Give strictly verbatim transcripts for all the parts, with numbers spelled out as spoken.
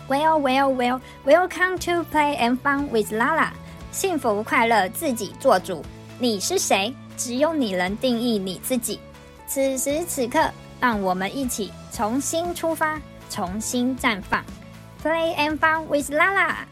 Well, well, well, welcome to Play and Fun with Lala。幸福快乐自己做主。你是谁？只有你能定义你自己。此时此刻，让我们一起重新出发，重新绽放。Play and Fun with Lala。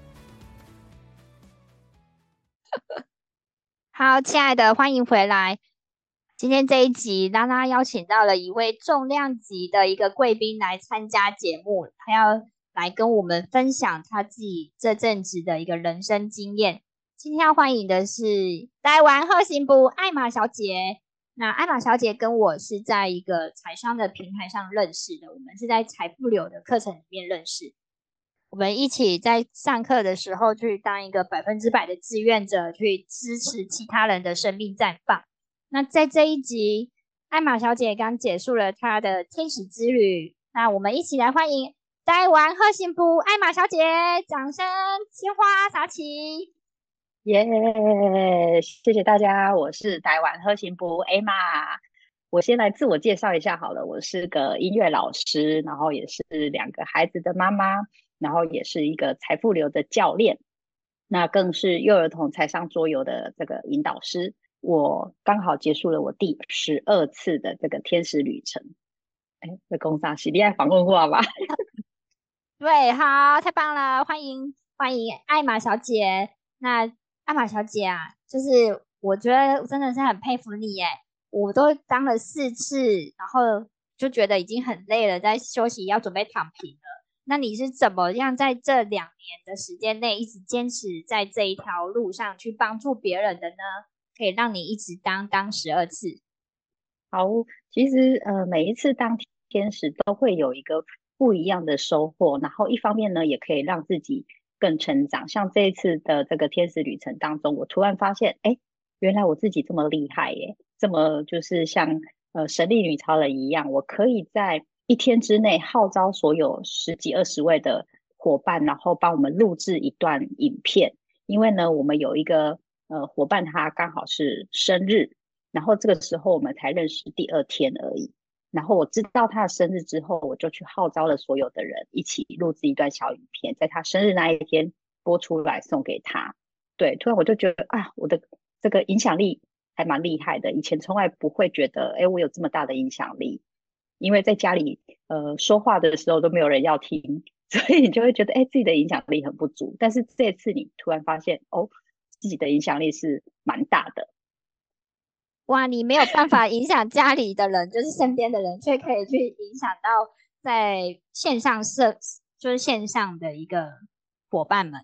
好，亲爱的，欢迎回来。今天这一集，拉拉邀请到了一位重量级的一个贵宾来参加节目，他要来跟我们分享他自己这阵子的一个人生经验。今天要欢迎的是台湾好幸福艾玛小姐。那艾玛小姐跟我是在一个财商的平台上认识的，我们是在财富流的课程里面认识。我们一起在上课的时候去当一个百分之百的志愿者，去支持其他人的生命绽放。那在这一集，艾玛小姐刚结束了她的天使之旅，那我们一起来欢迎台湾好幸福艾玛小姐，掌声鲜花撒起。 耶、yeah, 谢谢大家，我是台湾好幸福艾玛。我先来自我介绍一下好了，我是个音乐老师，然后也是两个孩子的妈妈，然后也是一个财富流的教练，那更是幼儿童财商桌游的这个引导师。我刚好结束了我第十二次的这个天使旅程。哎，这公司是你爱访问话吧？ 对，好，太棒了，欢迎欢迎艾玛小姐。那艾玛小姐啊，就是我觉得真的是很佩服你耶，我都当了四次，然后就觉得已经很累了，在休息要准备躺平了。那你是怎么样在这两年的时间内一直坚持在这一条路上去帮助别人的呢？可以让你一直当当十二次。 好，其实呃每一次当天使都会有一个不一样的收获，然后一方面呢也可以让自己更成长。像这一次的这个天使旅程当中，我突然发现，哎，原来我自己这么厉害耶，这么就是像呃神力女超人一样，我可以在一天之内号召所有十几二十位的伙伴，然后帮我们录制一段影片。因为呢，我们有一个呃伙伴，他刚好是生日，然后这个时候我们才认识第二天而已。然后我知道他的生日之后，我就去号召了所有的人一起录制一段小影片，在他生日那一天播出来送给他。对，突然我就觉得啊，我的这个影响力还蛮厉害的。以前从来不会觉得，哎，我有这么大的影响力，因为在家里呃说话的时候都没有人要听，所以你就会觉得，哎，自己的影响力很不足。但是这次你突然发现，哦，自己的影响力是蛮大的。 哇，你没有办法影响家里的人，就是身边的人，却可以去影响到在线上社，就是线上的一个伙伴们。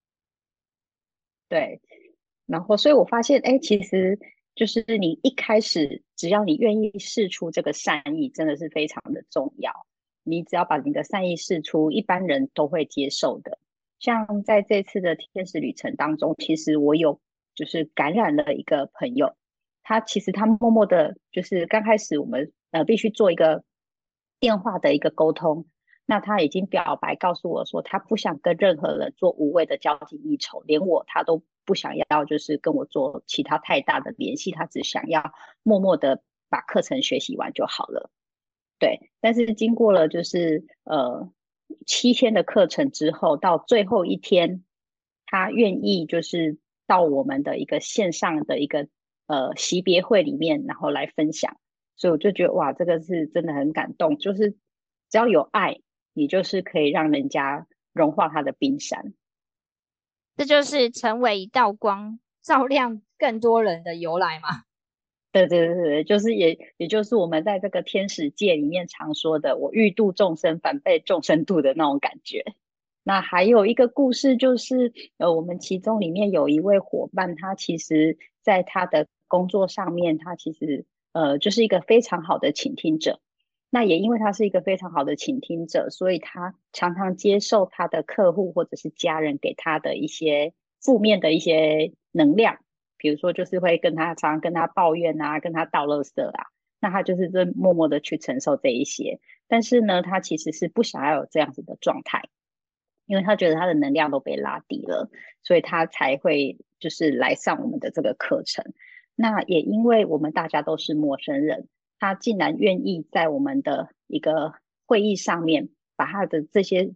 对，然后所以我发现，哎，其实就是你一开始，只要你愿意释出这个善意，真的是非常的重要。你只要把你的善意释出，一般人都会接受的。像在这次的天使旅程当中，其实我有就是感染了一个朋友，他其实他默默的，就是刚开始我们呃必须做一个电话的一个沟通。那他已经表白告诉我说，他不想跟任何人做无谓的交际应酬，连我他都不想要，就是跟我做其他太大的联系，他只想要默默的把课程学习完就好了。对，但是经过了就是呃七天的课程之后，到最后一天，他愿意就是到我们的一个线上的一个呃惜别会里面，然后来分享。所以我就觉得哇，这个是真的很感动，就是只要有爱，你就是可以让人家融化他的冰山。 这就是成为一道光，照亮更多人的由来嘛。 对对对对，就是也也就是我们在这个天使界里面常说的，我欲度众生，反被众生度的那种感觉。那还有一个故事，就是呃，我们其中里面有一位伙伴，他其实在他的工作上面，他其实呃就是一个非常好的倾听者。那也因为他是一个非常好的倾听者，所以他常常接受他的客户或者是家人给他的一些负面的一些能量。比如说就是会跟他常常跟他抱怨啊，跟他倒垃圾啊，那他就是在默默的去承受这一些。但是呢，他其实是不想要有这样子的状态，因为他觉得他的能量都被拉低了，所以他才会就是来上我们的这个课程。那也因为我们大家都是陌生人，他竟然愿意在我们的一个会议上面把他的这些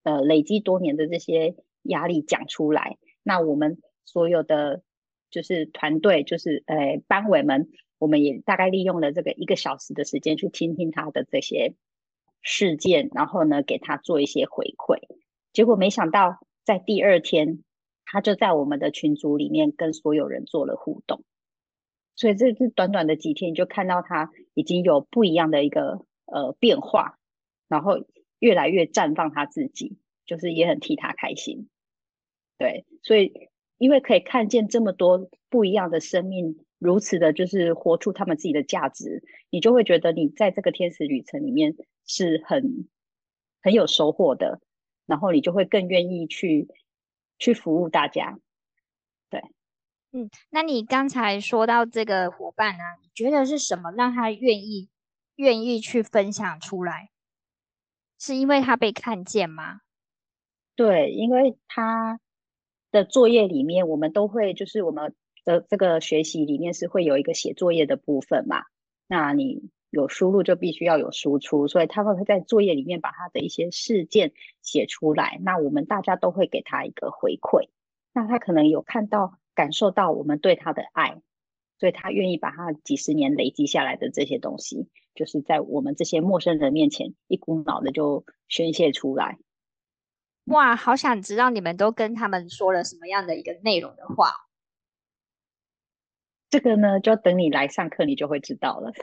呃累积多年的这些压力讲出来。那我们所有的就是团队，就是呃班委们，我们也大概利用了这个一个小时的时间去听听他的这些事件，然后呢给他做一些回馈。结果没想到在第二天，他就在我们的群组里面跟所有人做了互动。所以这这短短的几天，你就看到他已经有不一样的一个呃变化，然后越来越绽放他自己，就是也很替他开心。对，所以因为可以看见这么多不一样的生命，如此的就是活出他们自己的价值，你就会觉得你在这个天使旅程里面是很很有收获的，然后你就会更愿意去去服务大家。对。 嗯，那你刚才说到这个伙伴啊，你觉得是什么让他愿意愿意去分享出来？是因为他被看见吗？ 对，因为他的作业里面，我们都会就是我们的这个学习里面是会有一个写作业的部分嘛。那你有输入就必须要有输出，所以他会在作业里面把他的一些事件写出来。那我们大家都会给他一个回馈，那他可能有看到、感受到我们对他的爱，所以他愿意把他几十年累积下来的这些东西，就是在我们这些陌生人面前一股脑的就宣泄出来。 哇，好想知道你们都跟他们说了什么样的一个内容的话。 这个呢，就等你来上课，你就会知道了。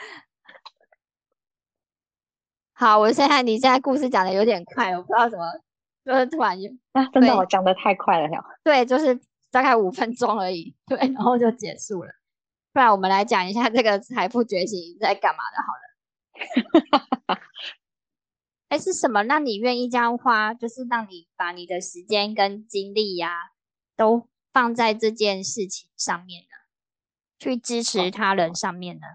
好，我现在你现在故事讲的有点快，我不知道怎么，就是突然就啊，真的，我对讲的太快了呀！ 对，就是大概五分钟而已，对，然后就结束了。不然我们来讲一下这个财富觉醒在干嘛的好了。哎，是什么让你愿意这样花？就是让你把你的时间跟精力呀、都放在这件事情上面呢？去支持哦， 他人上面呢？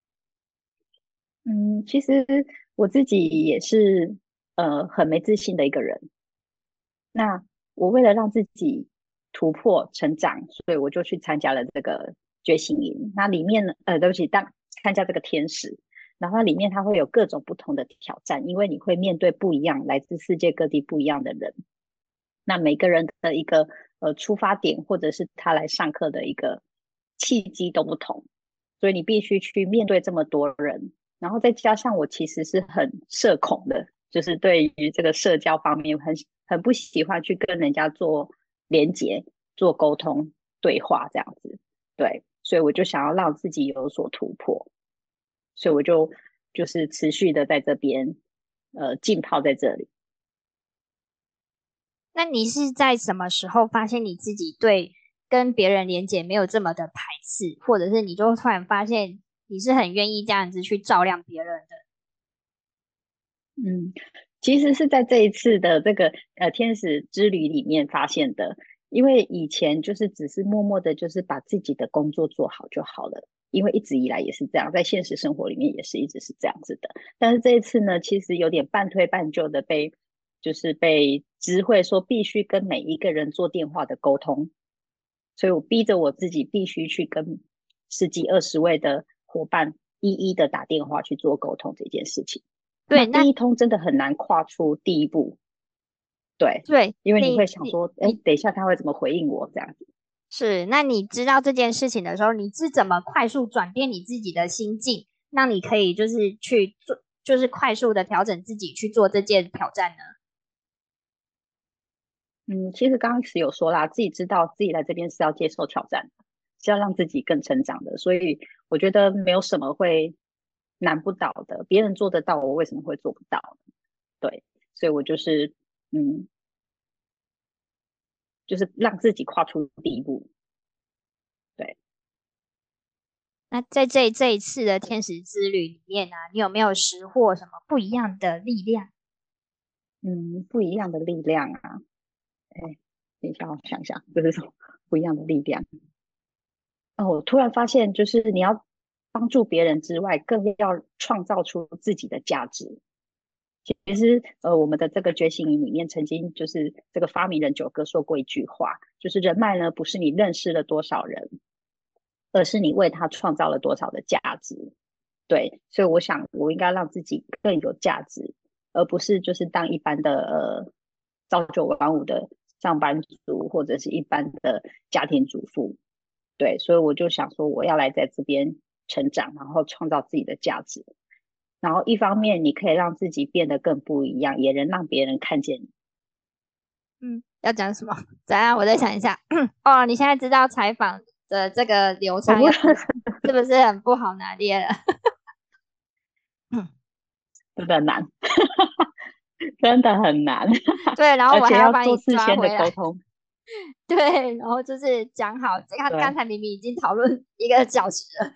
嗯，其实我自己也是呃很没自信的一个人。那我为了让自己突破成长，所以我就去参加了这个觉醒营。那里面呢，呃，对不起，当参加这个天使，然后里面它会有各种不同的挑战，因为你会面对不一样来自世界各地不一样的人。那每个人的一个呃出发点，或者是他来上课的一个契机都不同，所以你必须去面对这么多人，然后再加上我其实是很社恐的，就是对于这个社交方面很很不喜欢去跟人家做连接、做沟通、对话这样子。对，所以我就想要让自己有所突破，所以我就就是持续的在这边呃浸泡在这里。 那你是在什么时候发现你自己对跟别人连接没有这么的排斥，或者是你就突然发现你是很愿意这样子去照亮别人的？ 嗯，其实是在这一次的这个呃天使之旅里面发现的，因为以前就是只是默默的，就是把自己的工作做好就好了，因为一直以来也是这样，在现实生活里面也是一直是这样子的。但是这一次呢，其实有点半推半就的被，就是被知会说必须跟每一个人做电话的沟通，所以我逼着我自己必须去跟十几二十位的伙伴一一的打电话去做沟通这件事情。那对，那第一通真的很难跨出第一步，对， 对因为你会你你想说，哎， 你等一下他会怎么回应我这样子。 是，那你知道这件事情的时候，你是怎么快速转变你自己的心境，让你可以就是去做，就是快速的调整自己去做这件挑战呢？ 嗯，其实刚开始有说啦，自己知道自己来这边是要接受挑战的，是要让自己更成长的，所以我觉得没有什么会难不倒的，别人做得到，我为什么会做不到呢？对，所以我就是嗯，就是让自己跨出第一步。对。 那在这这一次的天使之旅里面呢、你有没有识获什么不一样的力量？ 嗯，不一样的力量啊，哎，等一下，我想一下，这是什么不一样的力量？哦，我突然发现，就是你要帮助别人之外，更要创造出自己的价值。其实，呃，我们的这个觉醒营里面，曾经就是这个发明人九哥说过一句话，就是人脉呢，不是你认识了多少人，而是你为他创造了多少的价值。对，所以我想，我应该让自己更有价值，而不是就是当一般的呃朝九晚五的上班族或者是一般的家庭主妇。对，所以我就想说我要来在这边成长，然后创造自己的价值。然后一方面你可以让自己变得更不一样，也能让别人看见你。 嗯，要讲什么？怎样？我再想一下。哦，你现在知道采访的这个流我不畅要怎么是不是很不好拿捏了？ 真的难，真的很难， 对，然后而且我还要要做把你事先的抓回来。 沟通。 对，然后就是讲好，他刚对， 才明明已经讨论一个小时了。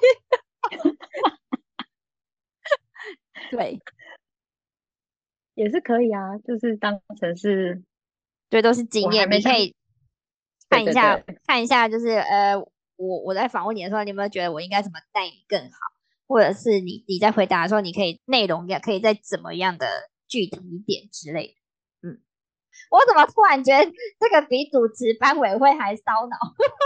对也是可以啊，就是当成是对，都是我经验， 还没上。 你可以看一下对对对， 看一下，就是呃，我我在访问你的时候，你有没有觉得我应该怎么带你更好？或者是你你在回答的时候，你可以内容也可以再怎么样的具体一点之类的。嗯，我怎么突然觉得这个比主持班委会还烧脑？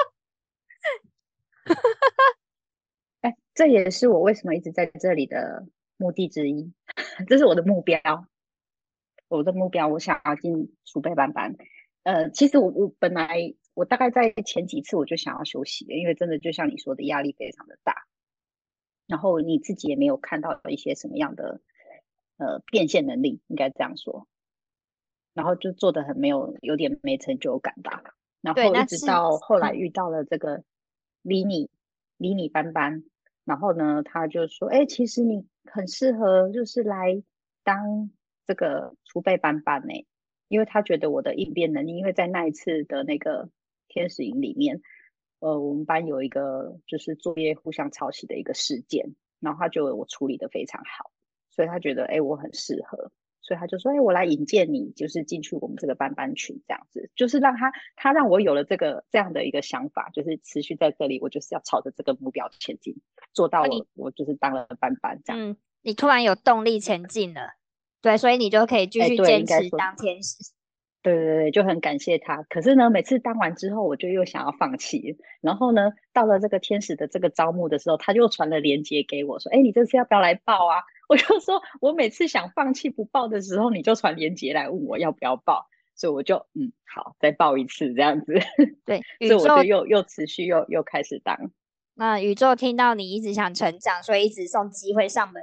哎，这也是我为什么一直在这里的目的之一，这是我的目标。我的目标，我想要进储备班班。呃，其实我我本来我大概在前几次我就想要休息了，因为真的就像你说的，压力非常的大，然后你自己也没有看到一些什么样的呃变现能力，应该这样说，然后就做的很没有，有点没成就感吧。然对， 后一直那是到后来嗯， 遇到了这个李你李你班班，然后呢，他就说，哎，其实你很适合就是来当这个储备班班呢，因为他觉得我的应变能力，因为在那一次的那个天使营里面，呃，我们班有一个就是作业互相抄袭的一个事件，然后他觉得我处理的非常好，所以他觉得，哎，我很适合。所以他就说：“哎，我来引荐你，就是进去我们这个班班群，这样子，就是让他他让我有了这个这样的一个想法，就是持续在这里，我就是要朝着这个目标前进，做到哦你我我就是当了班班这样。 嗯，你突然有动力前进了，对，所以你就可以继哎， 续对， 坚持应该说当天使。 对对对，就很感谢他。可是呢，每次当完之后，我就又想要放弃。然后呢，到了这个天使的这个招募的时候，他就传了链接给我，说：“哎，你这次要不要来报啊？”我就说，我每次想放弃不报的时候，你就传链接来问我要不要报，所以我就嗯好，再报一次这样子。 对， 所以我就宇宙， 又又持续又又开始当。 那、宇宙听到你一直想成长，所以一直送机会上门。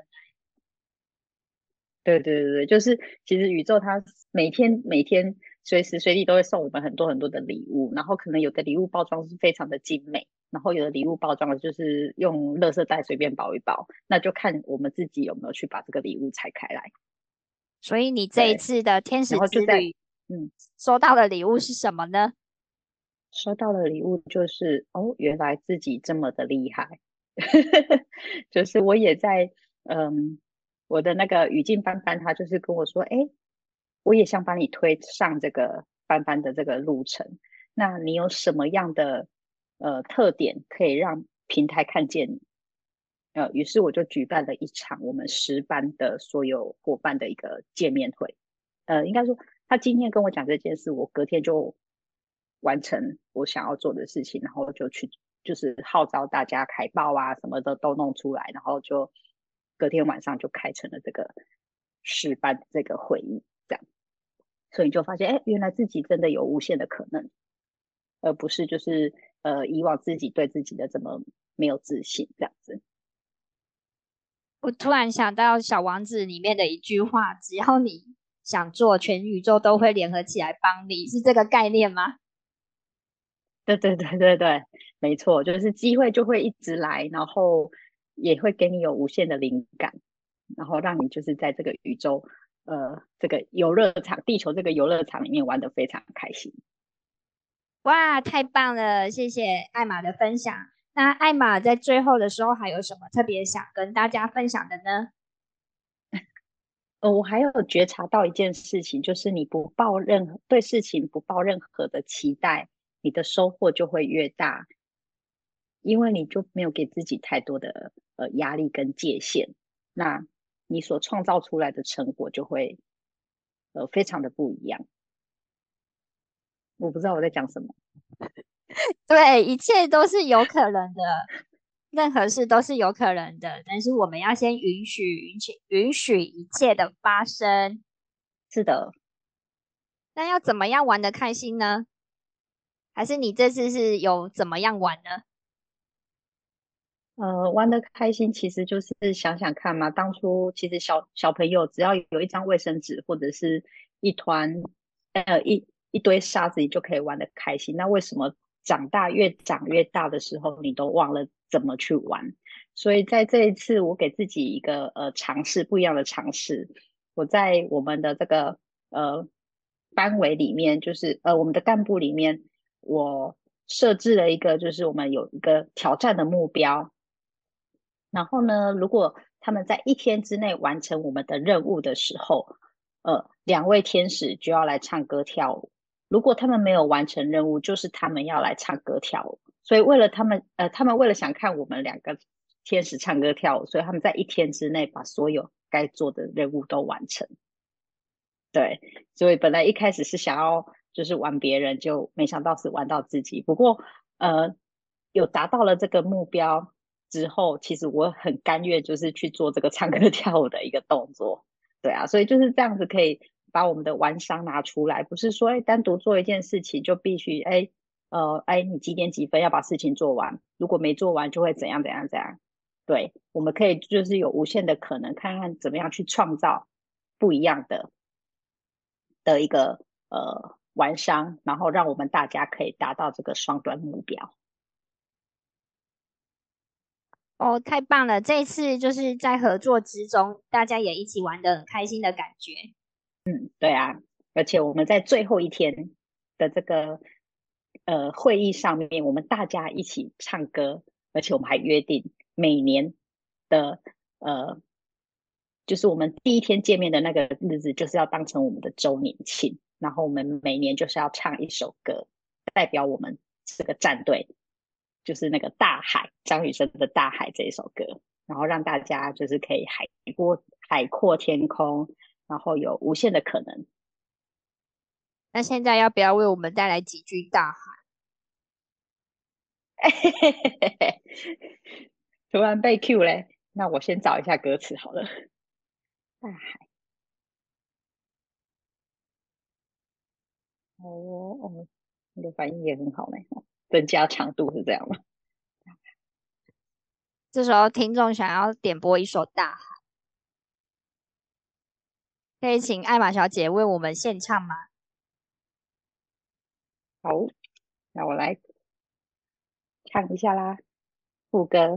对对对对，就是其实宇宙它每天每天随时随地都会送我们很多很多的礼物，然后可能有的礼物包装是非常的精美，然后有的礼物包装就是用垃圾袋随便包一包，那就看我们自己有没有去把这个礼物拆开来。 所以你这一对， 次的天使然后就在之旅嗯收到的礼物是什么呢？ 收到的礼物就是哦，原来自己这么的厉害，就是我也在嗯我的那个语境班班，他就是跟我说，哎，我也想把你推上这个班班的这个路程，那你有什么样的呃特点可以让平台看见你？呃，于是我就举办了一场我们十班的所有伙伴的一个见面会。呃，应该说他今天跟我讲这件事，我隔天就完成我想要做的事情，然后就去就是号召大家海报啊什么的都弄出来，然后就隔天晚上就开成了这个十班这个会议，这样，所以你就发现，哎，原来自己真的有无限的可能，而不是就是呃以往自己对自己的这么没有自信这样子。 我突然想到《小王子》里面的一句话：只要你想做，全宇宙都会联合起来帮你，是这个概念吗？ 对对对对对，没错，就是机会就会一直来，然后也会给你有无限的灵感，然后让你就是在这个宇宙，呃，这个游乐场，地球这个游乐场里面玩得非常开心。 哇，太棒了！谢谢艾玛的分享。那艾玛在最后的时候还有什么特别想跟大家分享的呢？ 呃，我还有觉察到一件事情，就是你不抱任何对事情不抱任何的期待，你的收获就会越大，因为你就没有给自己太多的呃压力跟界限，那你所创造出来的成果就会呃非常的不一样。我不知道我在讲什么。 对，一切都是有可能的，任何事都是有可能的，但是我们要先允许、允许、允许一切的发生。 是的， 那要怎么样玩得开心呢？还是你这次是有怎么样玩呢？ 呃，玩得开心其实就是想想看嘛，当初其实小小朋友只要有一张卫生纸或者是一团呃一一堆沙子，你就可以玩得开心。那为什么长大越长越大的时候，你都忘了怎么去玩？所以在这一次，我给自己一个呃尝试，不一样的尝试。我在我们的这个呃班委里面，就是呃我们的干部里面，我设置了一个，就是我们有一个挑战的目标。然后呢，如果他们在一天之内完成我们的任务的时候，呃，两位天使就要来唱歌跳舞。如果他们没有完成任务，就是他们要来唱歌跳舞。所以为了他们，呃，他们为了想看我们两个天使唱歌跳舞，所以他们在一天之内把所有该做的任务都完成。对，所以本来一开始是想要就是玩别人，就没想到是玩到自己。不过呃，有达到了这个目标之后，其实我很甘愿就是去做这个唱歌跳舞的一个动作。对啊，所以就是这样子可以把我们的玩商拿出来，不是说哎单独做一件事情就必须哎呃哎你几点几分要把事情做完，如果没做完就会怎样怎样怎样。对，我们可以就是有无限的可能，看看怎么样去创造不一样的。的一个呃玩商，然后让我们大家可以达到这个双端目标。 哦，太棒了！这一次就是在合作之中，大家也一起玩得很开心的感觉。 对啊，而且我们在最后一天的这个呃会议上面，我们大家一起唱歌，而且我们还约定每年的呃，就是我们第一天见面的那个日子，就是要当成我们的周年庆，然后我们每年就是要唱一首歌，代表我们这个战队，就是那个大海，张雨生的《大海》这一首歌，然后让大家就是可以海阔海阔天空，然后有无限的可能。 那现在要不要为我们带来几句大海？ 突然被 Q 嘞，那我先找一下歌词好了。大海，哦哦，你的反应也很好呢，增加长度是这样吗？ 这时候听众想要点播一首大海，可以请艾玛小姐为我们献唱吗？ 好，那我来唱一下啦，副歌。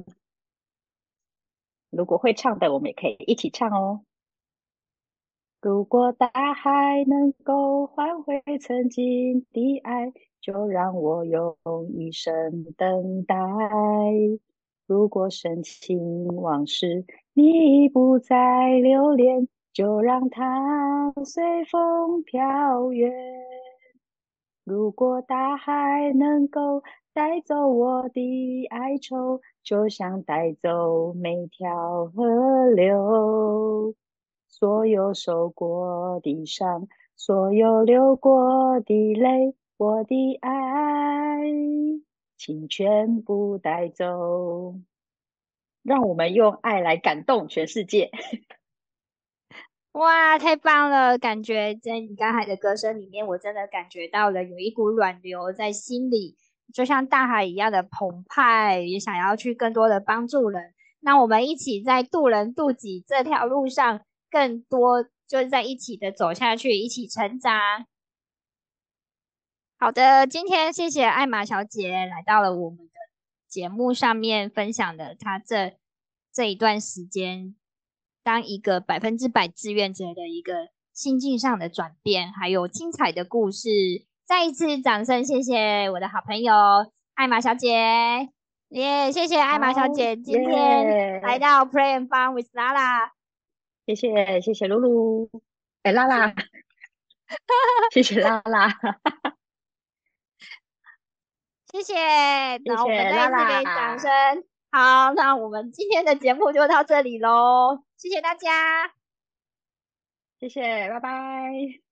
如果会唱的，我们也可以一起唱哦。如果大海能够换回曾经的爱，就让我用一生等待。如果深情往事你不再留恋，就让它随风飘远。如果大海能够带走我的哀愁，就像带走每条河流。所有受过的伤，所有流过的泪，我的爱，请全部带走。让我们用爱来感动全世界。 哇，太棒了！感觉在你刚才的歌声里面，我真的感觉到了有一股暖流在心里，就像大海一样的澎湃，也想要去更多的帮助人。那我们一起在渡人渡己这条路上，更多就是在一起的走下去，一起成长。好的，今天谢谢艾玛小姐来到了我们的节目上面，分享的她这这一段时间当一个百分之百志愿者的一个心境上的转变，还有精彩的故事。再一次掌声，谢谢我的好朋友艾玛小姐，耶、谢谢艾玛小好， 姐今天来耶、 到 Play and Fun with Lala， 谢谢谢谢露露，哎，拉拉，谢谢拉拉， 谢谢， 谢然后我们谢拉再一次给掌声。 拉， 好，那我们今天的节目就到这里喽，谢谢大家。 谢谢，拜拜。